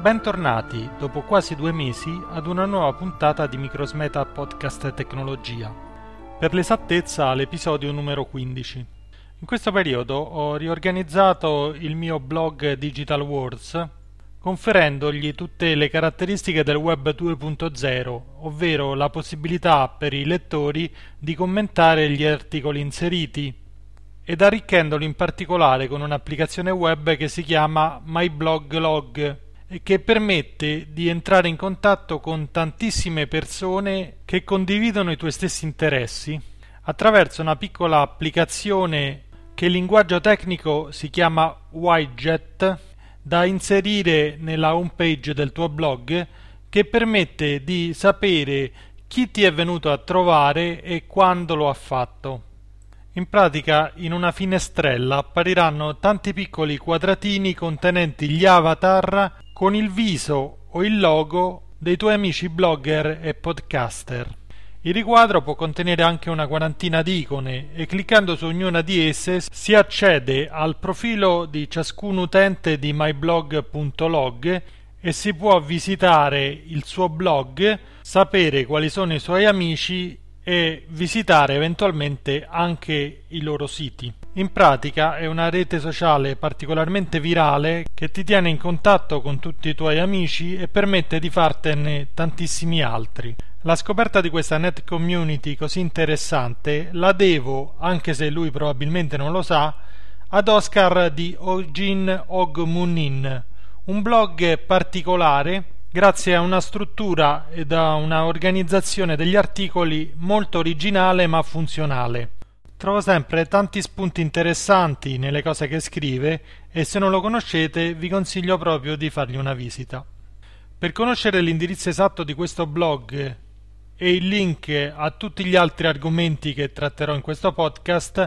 Bentornati, dopo quasi 2 mesi, ad una nuova puntata di Microsmeta Podcast Tecnologia. Per l'esattezza, l'episodio numero 15. In questo periodo ho riorganizzato il mio blog Digital Wars, conferendogli tutte le caratteristiche del Web 2.0, ovvero la possibilità per i lettori di commentare gli articoli inseriti, ed arricchendolo in particolare con un'applicazione web che si chiama MyBlogLog e che permette di entrare in contatto con tantissime persone che condividono i tuoi stessi interessi attraverso una piccola applicazione che in linguaggio tecnico si chiama widget, da inserire nella home page del tuo blog, che permette di sapere chi ti è venuto a trovare e quando lo ha fatto. In pratica, in una finestrella appariranno tanti piccoli quadratini contenenti gli avatar con il viso o il logo dei tuoi amici blogger e podcaster. Il riquadro può contenere anche una quarantina di icone e cliccando su ognuna di esse si accede al profilo di ciascun utente di myblog.log e si può visitare il suo blog, sapere quali sono i suoi amici e visitare eventualmente anche i loro siti. In pratica è una rete sociale particolarmente virale che ti tiene in contatto con tutti i tuoi amici e permette di fartene tantissimi altri. La scoperta di questa net community così interessante la devo, anche se lui probabilmente non lo sa, ad Oscar di Ojin Ogmunin, un blog particolare grazie a una struttura ed a una organizzazione degli articoli molto originale ma funzionale. Trovo sempre tanti spunti interessanti nelle cose che scrive e se non lo conoscete vi consiglio proprio di fargli una visita. Per conoscere l'indirizzo esatto di questo blog e il link a tutti gli altri argomenti che tratterò in questo podcast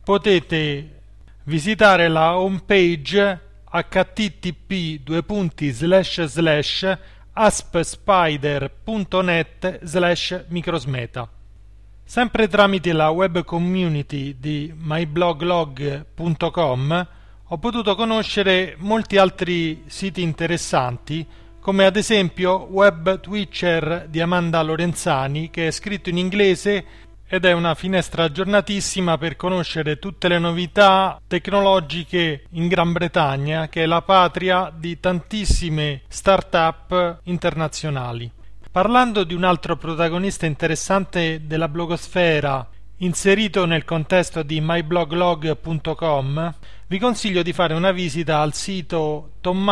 potete visitare la homepage http://aspspider.net/microsmeta. Sempre tramite la web community di mybloglog.com ho potuto conoscere molti altri siti interessanti, come ad esempio Web Twitcher di Amanda Lorenzani, che è scritto in inglese ed è una finestra aggiornatissima per conoscere tutte le novità tecnologiche in Gran Bretagna, che è la patria di tantissime start-up internazionali. Parlando di un altro protagonista interessante della blogosfera inserito nel contesto di mybloglog.com, vi consiglio di fare una visita al sito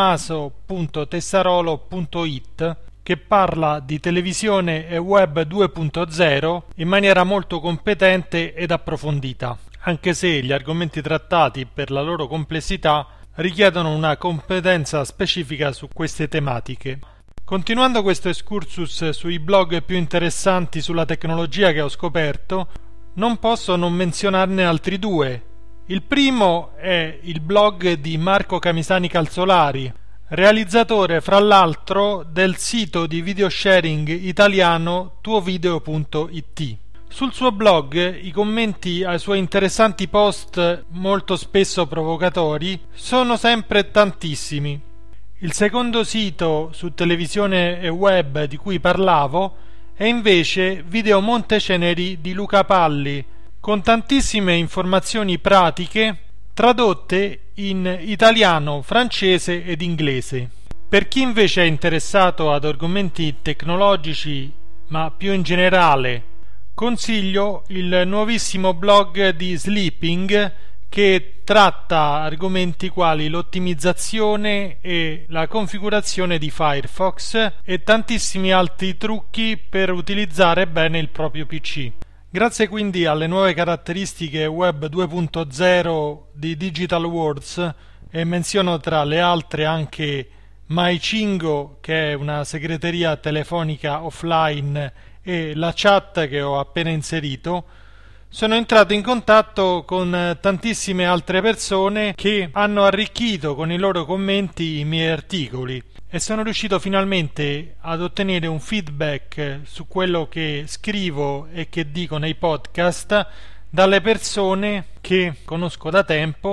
tommaso.tessarolo.it, che parla di televisione e web 2.0 in maniera molto competente ed approfondita, anche se gli argomenti trattati per la loro complessità richiedono una competenza specifica su queste tematiche. Continuando questo excursus sui blog più interessanti sulla tecnologia che ho scoperto, non posso non menzionarne altri due. Il primo è il blog di Marco Camisani Calzolari, realizzatore fra l'altro del sito di videosharing italiano tuovideo.it. Sul suo blog i commenti ai suoi interessanti post, molto spesso provocatori, sono sempre tantissimi. Il secondo sito su televisione e web di cui parlavo è invece Video Monteceneri di Luca Palli, con tantissime informazioni pratiche tradotte in italiano, francese ed inglese. Per chi invece è interessato ad argomenti tecnologici, ma più in generale, consiglio il nuovissimo blog di Sleeping, che tratta argomenti quali l'ottimizzazione e la configurazione di Firefox e tantissimi altri trucchi per utilizzare bene il proprio PC. Grazie quindi alle nuove caratteristiche Web 2.0 di Digital Wars, e menziono tra le altre anche MyChingo, che è una segreteria telefonica offline, e la chat che ho appena inserito, sono entrato in contatto con tantissime altre persone che hanno arricchito con i loro commenti i miei articoli e sono riuscito finalmente ad ottenere un feedback su quello che scrivo e che dico nei podcast dalle persone che conosco da tempo,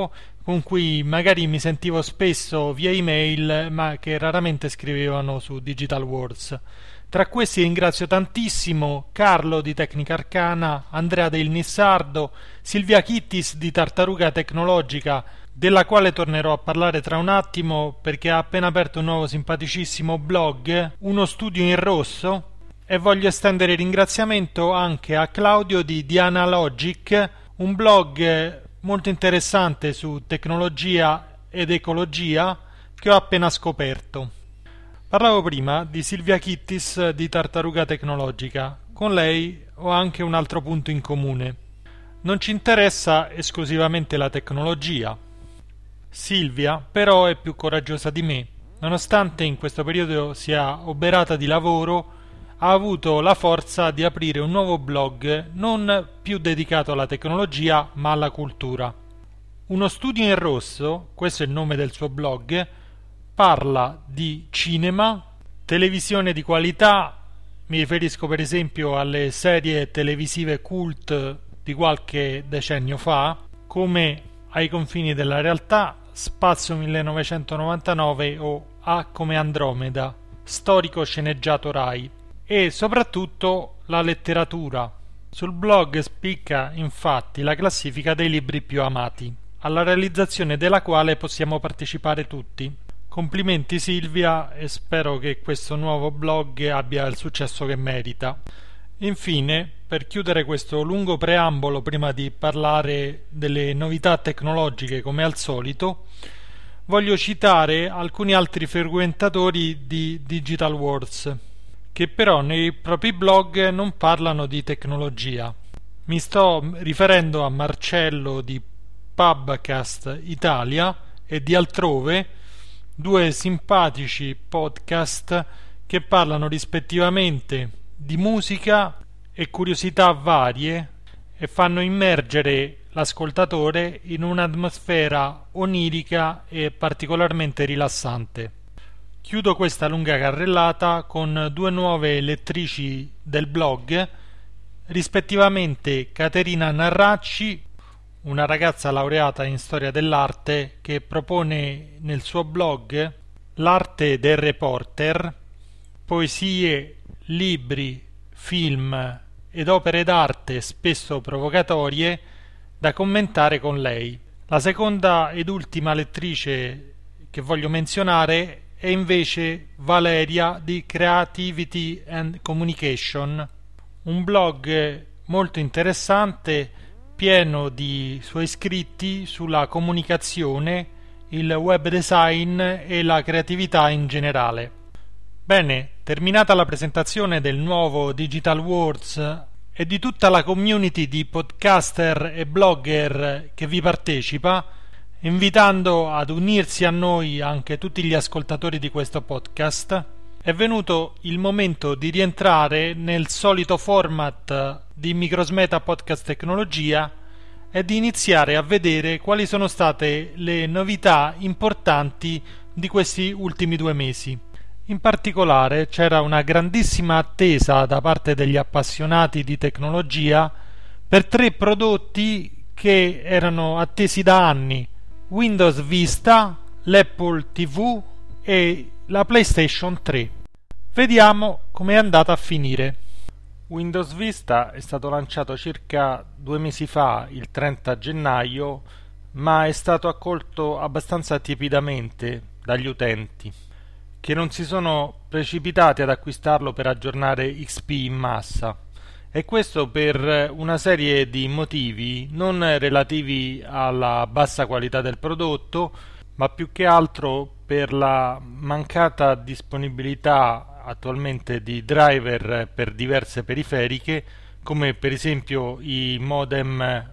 con cui magari mi sentivo spesso via email, ma che raramente scrivevano su Digital Wars. Tra questi ringrazio tantissimo Carlo di Tecnica Arcana, Andrea del Nissardo, Silvia Kittis di Tartaruga Tecnologica, della quale tornerò a parlare tra un attimo perché ha appena aperto un nuovo simpaticissimo blog, Uno Studio in Rosso, e voglio estendere ringraziamento anche a Claudio di Diana Logic, un blog molto interessante su tecnologia ed ecologia che ho appena scoperto. Parlavo prima di Silvia Kittis di Tartaruga Tecnologica. Con lei ho anche un altro punto in comune. Non ci interessa esclusivamente la tecnologia. Silvia però è più coraggiosa di me. Nonostante in questo periodo sia oberata di lavoro, ha avuto la forza di aprire un nuovo blog non più dedicato alla tecnologia ma alla cultura. Uno Studio in Rosso, questo è il nome del suo blog, parla di cinema, televisione di qualità, mi riferisco per esempio alle serie televisive cult di qualche decennio fa, come Ai confini della realtà, Spazio 1999 o A come Andromeda, storico sceneggiato Rai, e soprattutto la letteratura. Sul blog spicca infatti la classifica dei libri più amati, alla realizzazione della quale possiamo partecipare tutti. Complimenti Silvia e spero che questo nuovo blog abbia il successo che merita. Infine, per chiudere questo lungo preambolo prima di parlare delle novità tecnologiche come al solito, voglio citare alcuni altri frequentatori di Digital Wars, che però nei propri blog non parlano di tecnologia. Mi sto riferendo a Marcello di Pubcast Italia e di Altrove, due simpatici podcast che parlano rispettivamente di musica e curiosità varie e fanno immergere l'ascoltatore in un'atmosfera onirica e particolarmente rilassante. Chiudo questa lunga carrellata con due nuove lettrici del blog, rispettivamente Caterina Narracci, una ragazza laureata in storia dell'arte che propone nel suo blog L'arte del reporter, poesie, libri, film ed opere d'arte spesso provocatorie da commentare con lei. La seconda ed ultima lettrice che voglio menzionare è invece Valeria di Creativity and Communication, un blog molto interessante, pieno di suoi scritti sulla comunicazione, il web design e la creatività in generale. Bene, terminata la presentazione del nuovo Digital Wars e di tutta la community di podcaster e blogger che vi partecipa, invitando ad unirsi a noi anche tutti gli ascoltatori di questo podcast, è venuto il momento di rientrare nel solito format di Microsmeta Podcast Tecnologia e di iniziare a vedere quali sono state le novità importanti di questi ultimi 2 mesi. In particolare c'era una grandissima attesa da parte degli appassionati di tecnologia per 3 prodotti che erano attesi da anni: Windows Vista, l'Apple TV e la PlayStation 3. Vediamo come è andata a finire. Windows Vista è stato lanciato circa 2 mesi fa, il 30 gennaio, ma è stato accolto abbastanza tiepidamente dagli utenti, che non si sono precipitati ad acquistarlo per aggiornare XP in massa. E questo per una serie di motivi non relativi alla bassa qualità del prodotto, ma più che altro per la mancata disponibilità attualmente di driver per diverse periferiche, come per esempio i modem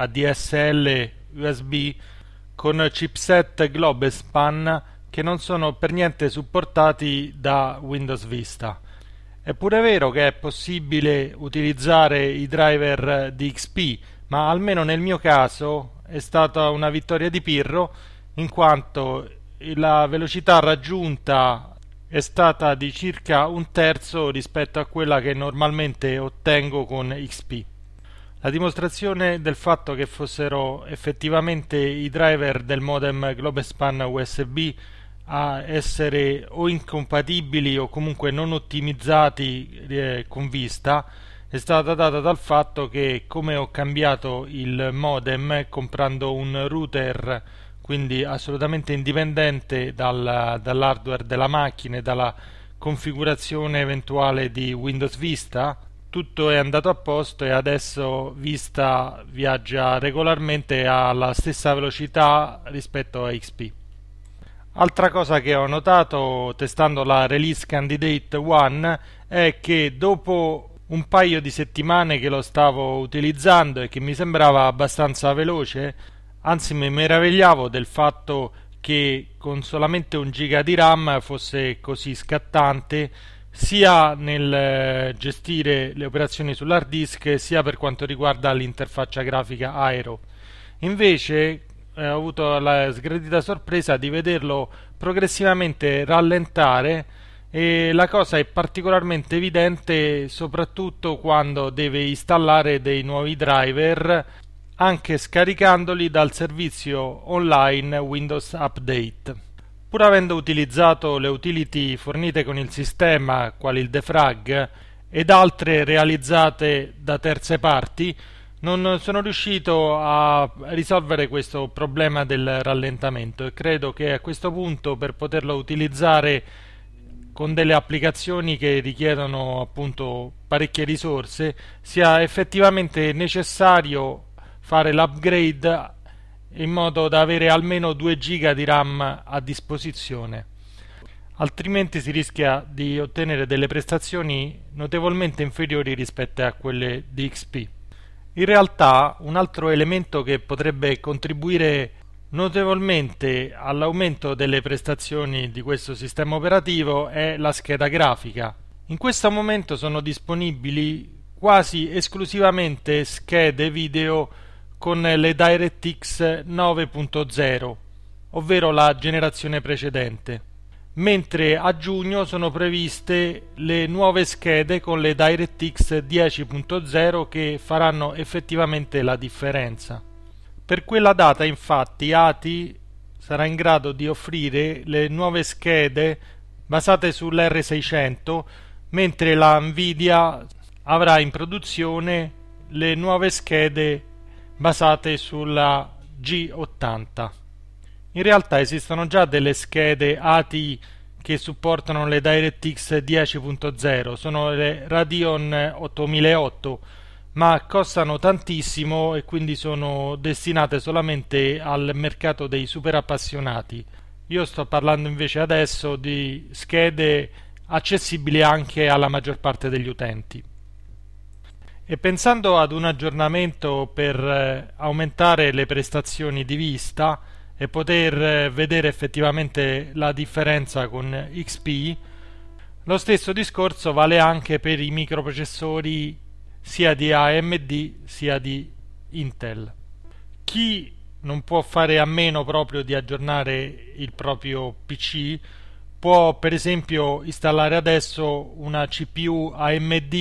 ADSL USB con chipset Globespan, che non sono per niente supportati da Windows Vista. È pure vero che è possibile utilizzare i driver di XP, ma almeno nel mio caso è stata una vittoria di Pirro, in quanto la velocità raggiunta è stata di circa 1/3 rispetto a quella che normalmente ottengo con XP. la dimostrazione del fatto che fossero effettivamente i driver del modem Globespan USB a essere o incompatibili o comunque non ottimizzati con vista è stata data dal fatto che, come ho cambiato il modem comprando un router quindi assolutamente indipendente dall'hardware della macchina e dalla configurazione eventuale di Windows Vista, tutto è andato a posto e adesso Vista viaggia regolarmente alla stessa velocità rispetto a XP. Altra cosa che ho notato testando la Release Candidate 1 è che dopo un paio di settimane che lo stavo utilizzando e che mi sembrava abbastanza veloce, anzi mi meravigliavo del fatto che con solamente 1 giga di RAM fosse così scattante sia nel gestire le operazioni sull'hard disk sia per quanto riguarda l'interfaccia grafica Aero. Invece ho avuto la sgradita sorpresa di vederlo progressivamente rallentare e la cosa è particolarmente evidente soprattutto quando deve installare dei nuovi driver anche scaricandoli dal servizio online Windows Update. Pur avendo utilizzato le utility fornite con il sistema, quali il defrag, ed altre realizzate da terze parti, non sono riuscito a risolvere questo problema del rallentamento e credo che a questo punto, per poterlo utilizzare con delle applicazioni che richiedono appunto parecchie risorse, sia effettivamente necessario fare l'upgrade in modo da avere almeno 2 giga di RAM a disposizione, altrimenti si rischia di ottenere delle prestazioni notevolmente inferiori rispetto a quelle di XP. In realtà un altro elemento che potrebbe contribuire notevolmente all'aumento delle prestazioni di questo sistema operativo è la scheda grafica. In questo momento sono disponibili quasi esclusivamente schede video con le DirectX 9.0, ovvero la generazione precedente, mentre a giugno sono previste le nuove schede con le DirectX 10.0 che faranno effettivamente la differenza. Per quella data, infatti, ATI sarà in grado di offrire le nuove schede basate sull'R600, mentre la Nvidia avrà in produzione le nuove schede basate sulla G80. In realtà esistono già delle schede ATI che supportano le DirectX 10.0, sono le Radeon 8008, ma costano tantissimo e quindi sono destinate solamente al mercato dei super appassionati. Io sto parlando invece adesso di schede accessibili anche alla maggior parte degli utenti. E pensando ad un aggiornamento per aumentare le prestazioni di Vista e poter vedere effettivamente la differenza con XP, lo stesso discorso vale anche per i microprocessori sia di AMD sia di Intel. Chi non può fare a meno proprio di aggiornare il proprio PC può per esempio installare adesso una CPU AMD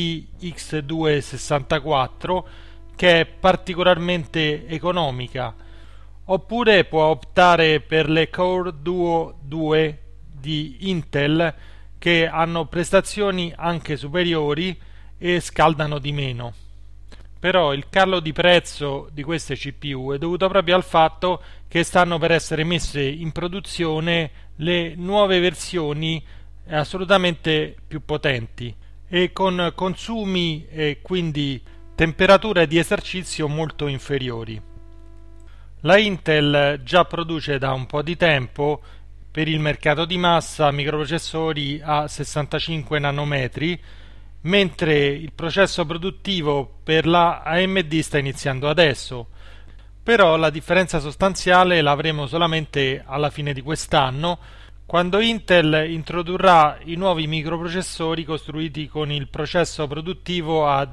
X264 che è particolarmente economica, oppure può optare per le Core Duo 2 di Intel che hanno prestazioni anche superiori e scaldano di meno. Però il calo di prezzo di queste CPU è dovuto proprio al fatto che stanno per essere messe in produzione le nuove versioni assolutamente più potenti e con consumi e quindi temperature di esercizio molto inferiori. La Intel già produce da un po' di tempo per il mercato di massa microprocessori a 65 nanometri, mentre il processo produttivo per la AMD sta iniziando adesso. Però la differenza sostanziale l'avremo solamente alla fine di quest'anno, quando Intel introdurrà i nuovi microprocessori costruiti con il processo produttivo a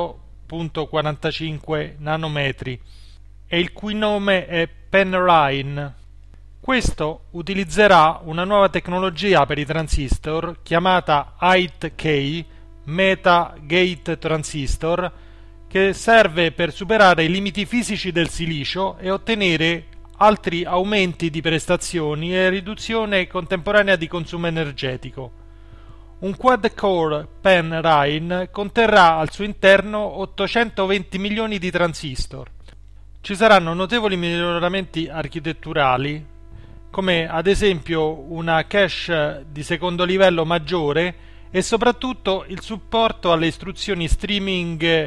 0.45 nanometri e il cui nome è Penrine. Questo utilizzerà una nuova tecnologia per i transistor chiamata HITK, Meta Gate Transistor, che serve per superare i limiti fisici del silicio e ottenere altri aumenti di prestazioni e riduzione contemporanea di consumo energetico. Un quad-core Penrine conterrà al suo interno 820 milioni di transistor. Ci saranno notevoli miglioramenti architetturali, come ad esempio una cache di secondo livello maggiore e soprattutto il supporto alle istruzioni streaming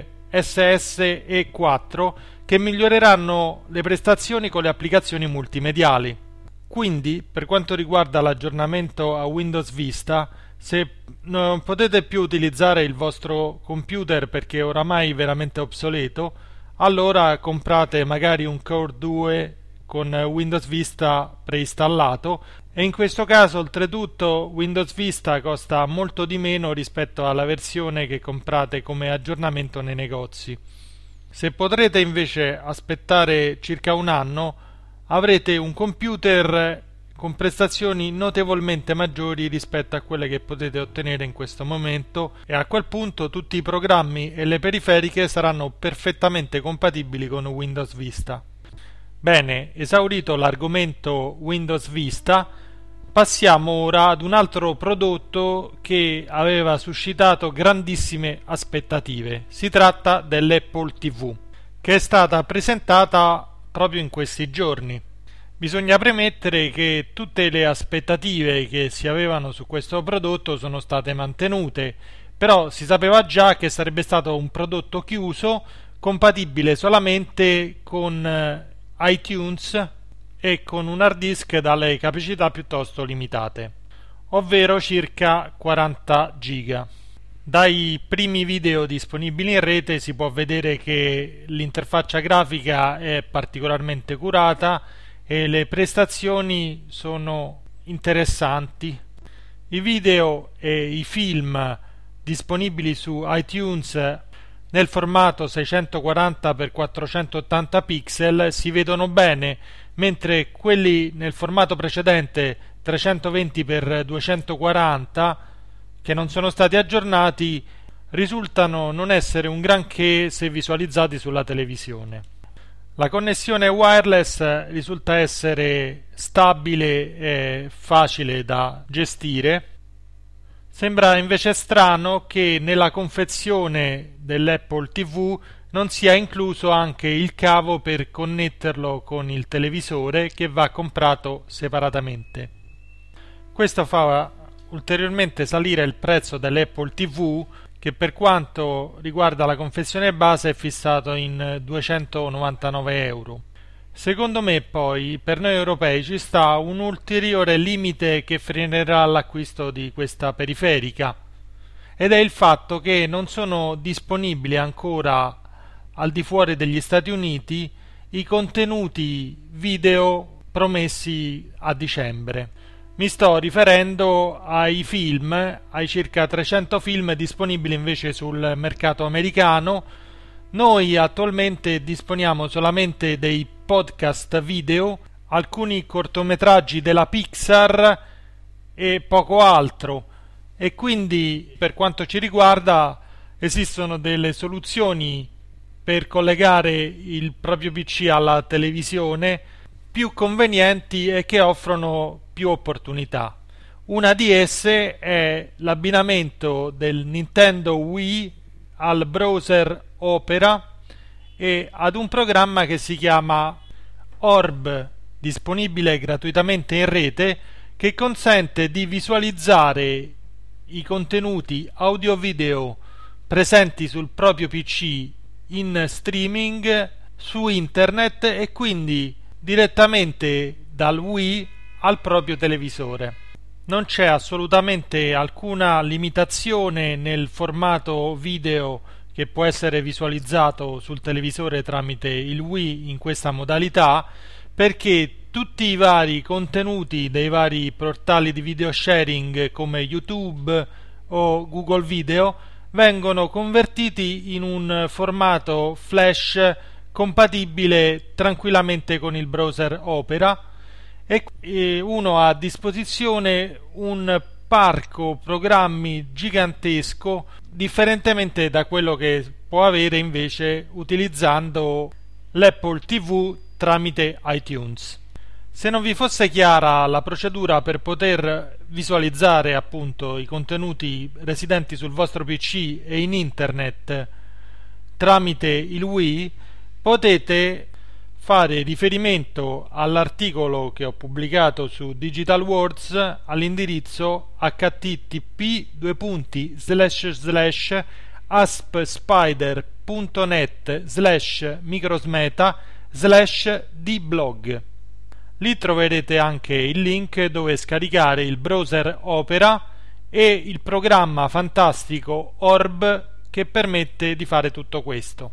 SSE4 che miglioreranno le prestazioni con le applicazioni multimediali. Quindi, per quanto riguarda l'aggiornamento a Windows Vista, se non potete più utilizzare il vostro computer perché è oramai veramente obsoleto, allora comprate magari un Core 2 con Windows Vista preinstallato, e in questo caso oltretutto Windows Vista costa molto di meno rispetto alla versione che comprate come aggiornamento nei negozi. Se potrete invece aspettare circa un anno, avrete un computer con prestazioni notevolmente maggiori rispetto a quelle che potete ottenere in questo momento, e a quel punto tutti i programmi e le periferiche saranno perfettamente compatibili con Windows Vista. Bene, esaurito l'argomento Windows Vista, passiamo ora ad un altro prodotto che aveva suscitato grandissime aspettative. Si tratta dell'Apple TV, che è stata presentata proprio in questi giorni. Bisogna premettere che tutte le aspettative che si avevano su questo prodotto sono state mantenute, però si sapeva già che sarebbe stato un prodotto chiuso, compatibile solamente con iTunes e con un hard disk dalle capacità piuttosto limitate, ovvero circa 40 giga. Dai primi video disponibili in rete si può vedere che l'interfaccia grafica è particolarmente curata e le prestazioni sono interessanti. I video e i film disponibili su iTunes nel formato 640x480 pixel si vedono bene, mentre quelli nel formato precedente 320x240, che non sono stati aggiornati, risultano non essere un granché se visualizzati sulla televisione. La connessione wireless risulta essere stabile e facile da gestire. Sembra invece strano che nella confezione dell'Apple TV non sia incluso anche il cavo per connetterlo con il televisore, che va comprato separatamente. Questo fa ulteriormente salire il prezzo dell'Apple TV, che per quanto riguarda la confezione base è fissato in 299 euro. Secondo me poi per noi europei ci sta un ulteriore limite che frenerà l'acquisto di questa periferica, ed è il fatto che non sono disponibili ancora al di fuori degli Stati Uniti i contenuti video promessi a dicembre. Mi sto riferendo ai film, ai circa 300 film disponibili invece sul mercato americano. Noi attualmente disponiamo solamente dei podcast video, alcuni cortometraggi della Pixar e poco altro, e quindi per quanto ci riguarda esistono delle soluzioni per collegare il proprio PC alla televisione più convenienti e che offrono più opportunità. Una di esse è l'abbinamento del Nintendo Wii al browser Opera e ad un programma che si chiama Orb, disponibile gratuitamente in rete, che consente di visualizzare i contenuti audio-video presenti sul proprio PC in streaming su internet e quindi direttamente dal Wii al proprio televisore. Non c'è assolutamente alcuna limitazione nel formato video che può essere visualizzato sul televisore tramite il Wii in questa modalità, perché tutti i vari contenuti dei vari portali di video sharing come YouTube o Google Video vengono convertiti in un formato flash compatibile tranquillamente con il browser Opera, e uno ha a disposizione un parco programmi gigantesco, differentemente da quello che può avere invece utilizzando l'Apple TV tramite iTunes. Se non vi fosse chiara la procedura per poter visualizzare appunto i contenuti residenti sul vostro PC e in internet tramite il Wii, potete fare riferimento all'articolo che ho pubblicato su Digital Words all'indirizzo http://aspspider.net/microsmeta/dblog. Lì troverete anche il link dove scaricare il browser Opera e il programma fantastico Orb che permette di fare tutto questo.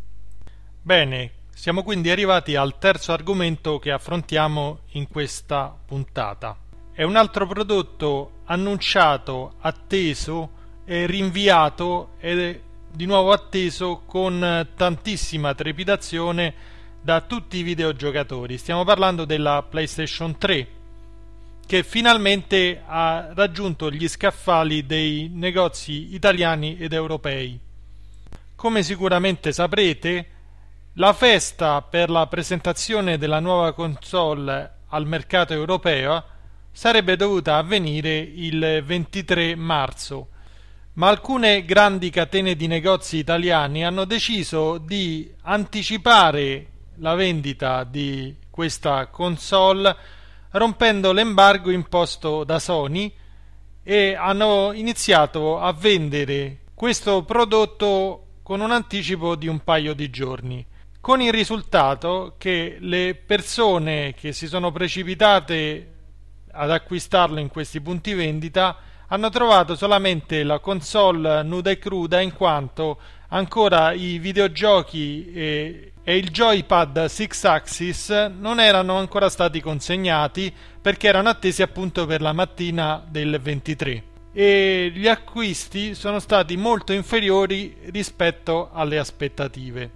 Bene, siamo quindi arrivati al terzo argomento che affrontiamo in questa puntata. È un altro prodotto annunciato, atteso e rinviato e di nuovo atteso con tantissima trepidazione da tutti i videogiocatori. Stiamo parlando della PlayStation 3, che finalmente ha raggiunto gli scaffali dei negozi italiani ed europei. Come sicuramente saprete, la festa per la presentazione della nuova console al mercato europeo sarebbe dovuta avvenire il 23 marzo, ma alcune grandi catene di negozi italiani hanno deciso di anticipare la vendita di questa console rompendo l'embargo imposto da Sony e hanno iniziato a vendere questo prodotto con un anticipo di un paio di giorni, con il risultato che le persone che si sono precipitate ad acquistarlo in questi punti vendita hanno trovato solamente la console nuda e cruda, in quanto ancora i videogiochi e il joypad 6-axis non erano ancora stati consegnati perché erano attesi appunto per la mattina del 23 e gli acquisti sono stati molto inferiori rispetto alle aspettative.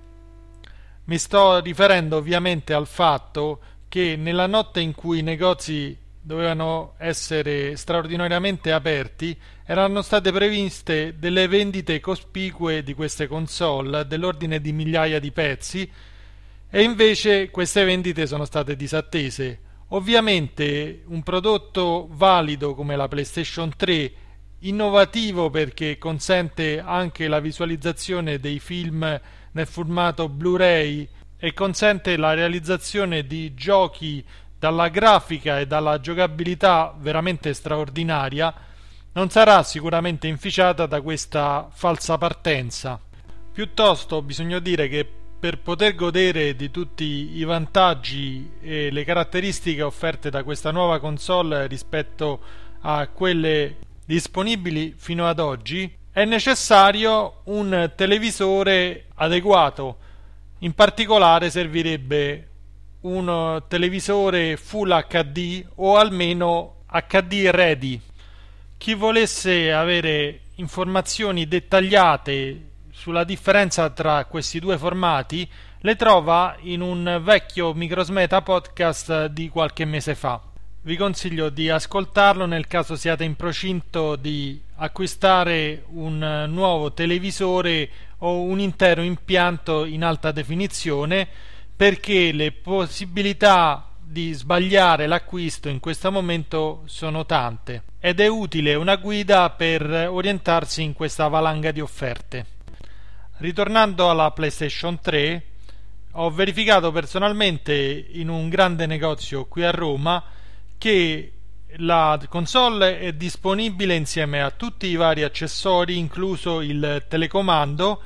Mi sto riferendo ovviamente al fatto che nella notte in cui i negozi dovevano essere straordinariamente aperti erano state previste delle vendite cospicue di queste console dell'ordine di migliaia di pezzi e invece queste vendite sono state disattese. Ovviamente un prodotto valido come la PlayStation 3, innovativo perché consente anche la visualizzazione dei film nel formato Blu-ray e consente la realizzazione di giochi dalla grafica e dalla giocabilità veramente straordinaria, non sarà sicuramente inficiata da questa falsa partenza. Piuttosto bisogna dire che per poter godere di tutti i vantaggi e le caratteristiche offerte da questa nuova console rispetto a quelle disponibili fino ad oggi, è necessario un televisore adeguato. In particolare servirebbe un televisore Full HD o almeno HD ready. Chi volesse avere informazioni dettagliate sulla differenza tra questi due formati le trova in un vecchio Microsmeta podcast di qualche mese fa. Vi consiglio di ascoltarlo nel caso siate in procinto di acquistare un nuovo televisore o un intero impianto in alta definizione, perché le possibilità di sbagliare l'acquisto in questo momento sono tante ed è utile una guida per orientarsi in questa valanga di offerte. Ritornando alla PlayStation 3, ho verificato personalmente in un grande negozio qui a Roma che la console è disponibile insieme a tutti i vari accessori, incluso il telecomando,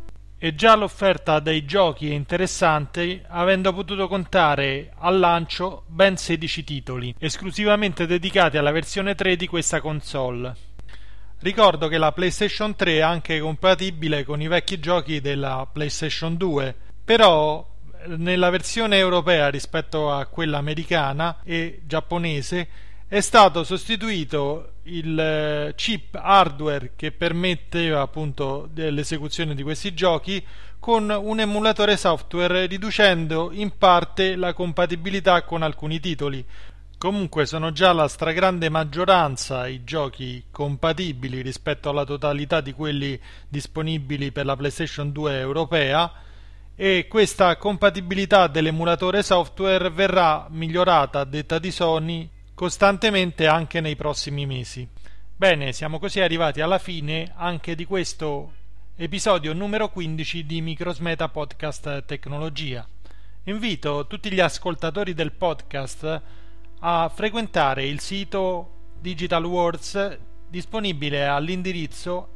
e già l'offerta dei giochi è interessante, avendo potuto contare al lancio ben 16 titoli, esclusivamente dedicati alla versione 3 di questa console. Ricordo che la PlayStation 3 è anche compatibile con i vecchi giochi della PlayStation 2, però nella versione europea rispetto a quella americana e giapponese è stato sostituito il chip hardware che permetteva appunto l'esecuzione di questi giochi con un emulatore software, riducendo in parte la compatibilità con alcuni titoli. Comunque sono già la stragrande maggioranza i giochi compatibili rispetto alla totalità di quelli disponibili per la PlayStation 2 europea, e questa compatibilità dell'emulatore software verrà migliorata, a detta di Sony, costantemente anche nei prossimi mesi. Bene, siamo così arrivati alla fine anche di questo episodio numero 15 di Microsmeta Podcast Tecnologia. Invito tutti gli ascoltatori del podcast a frequentare il sito Digital Words disponibile all'indirizzo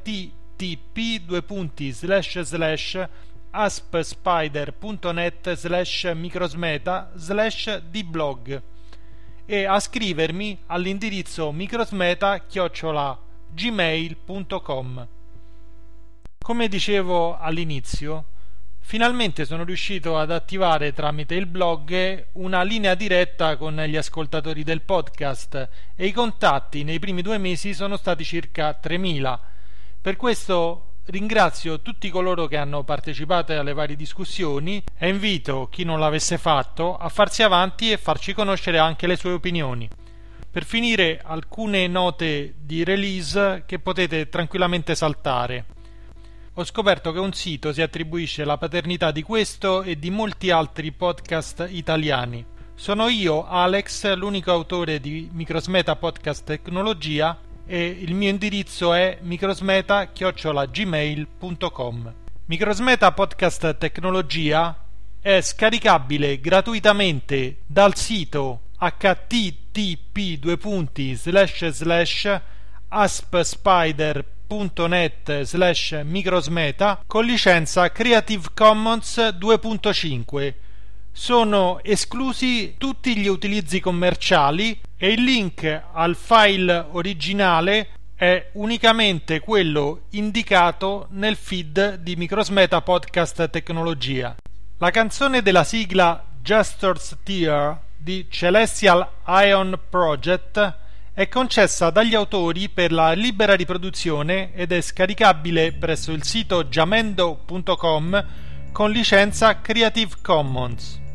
http://aspspider.net/microsmeta/dblog e a scrivermi all'indirizzo microsmeta@gmail.com. Come dicevo all'inizio, finalmente sono riuscito ad attivare tramite il blog una linea diretta con gli ascoltatori del podcast e i contatti nei primi 2 mesi sono stati circa 3.000. Per questo ringrazio tutti coloro che hanno partecipato alle varie discussioni e invito chi non l'avesse fatto a farsi avanti e farci conoscere anche le sue opinioni. Per finire, alcune note di release che potete tranquillamente saltare. Ho scoperto che un sito si attribuisce la paternità di questo e di molti altri podcast italiani. Sono io, Alex, l'unico autore di Microsmeta Podcast Tecnologia, e il mio indirizzo è microsmeta@gmail.com. Microsmeta Podcast Tecnologia è scaricabile gratuitamente dal sito http://aspspider.net/microsmeta con licenza Creative Commons 2.5. Sono esclusi tutti gli utilizzi commerciali e il link al file originale è unicamente quello indicato nel feed di Microsmeta Podcast Tecnologia. La canzone della sigla Jester's Tear di Celestial Ion Project è concessa dagli autori per la libera riproduzione ed è scaricabile presso il sito jamendo.com con licenza Creative Commons.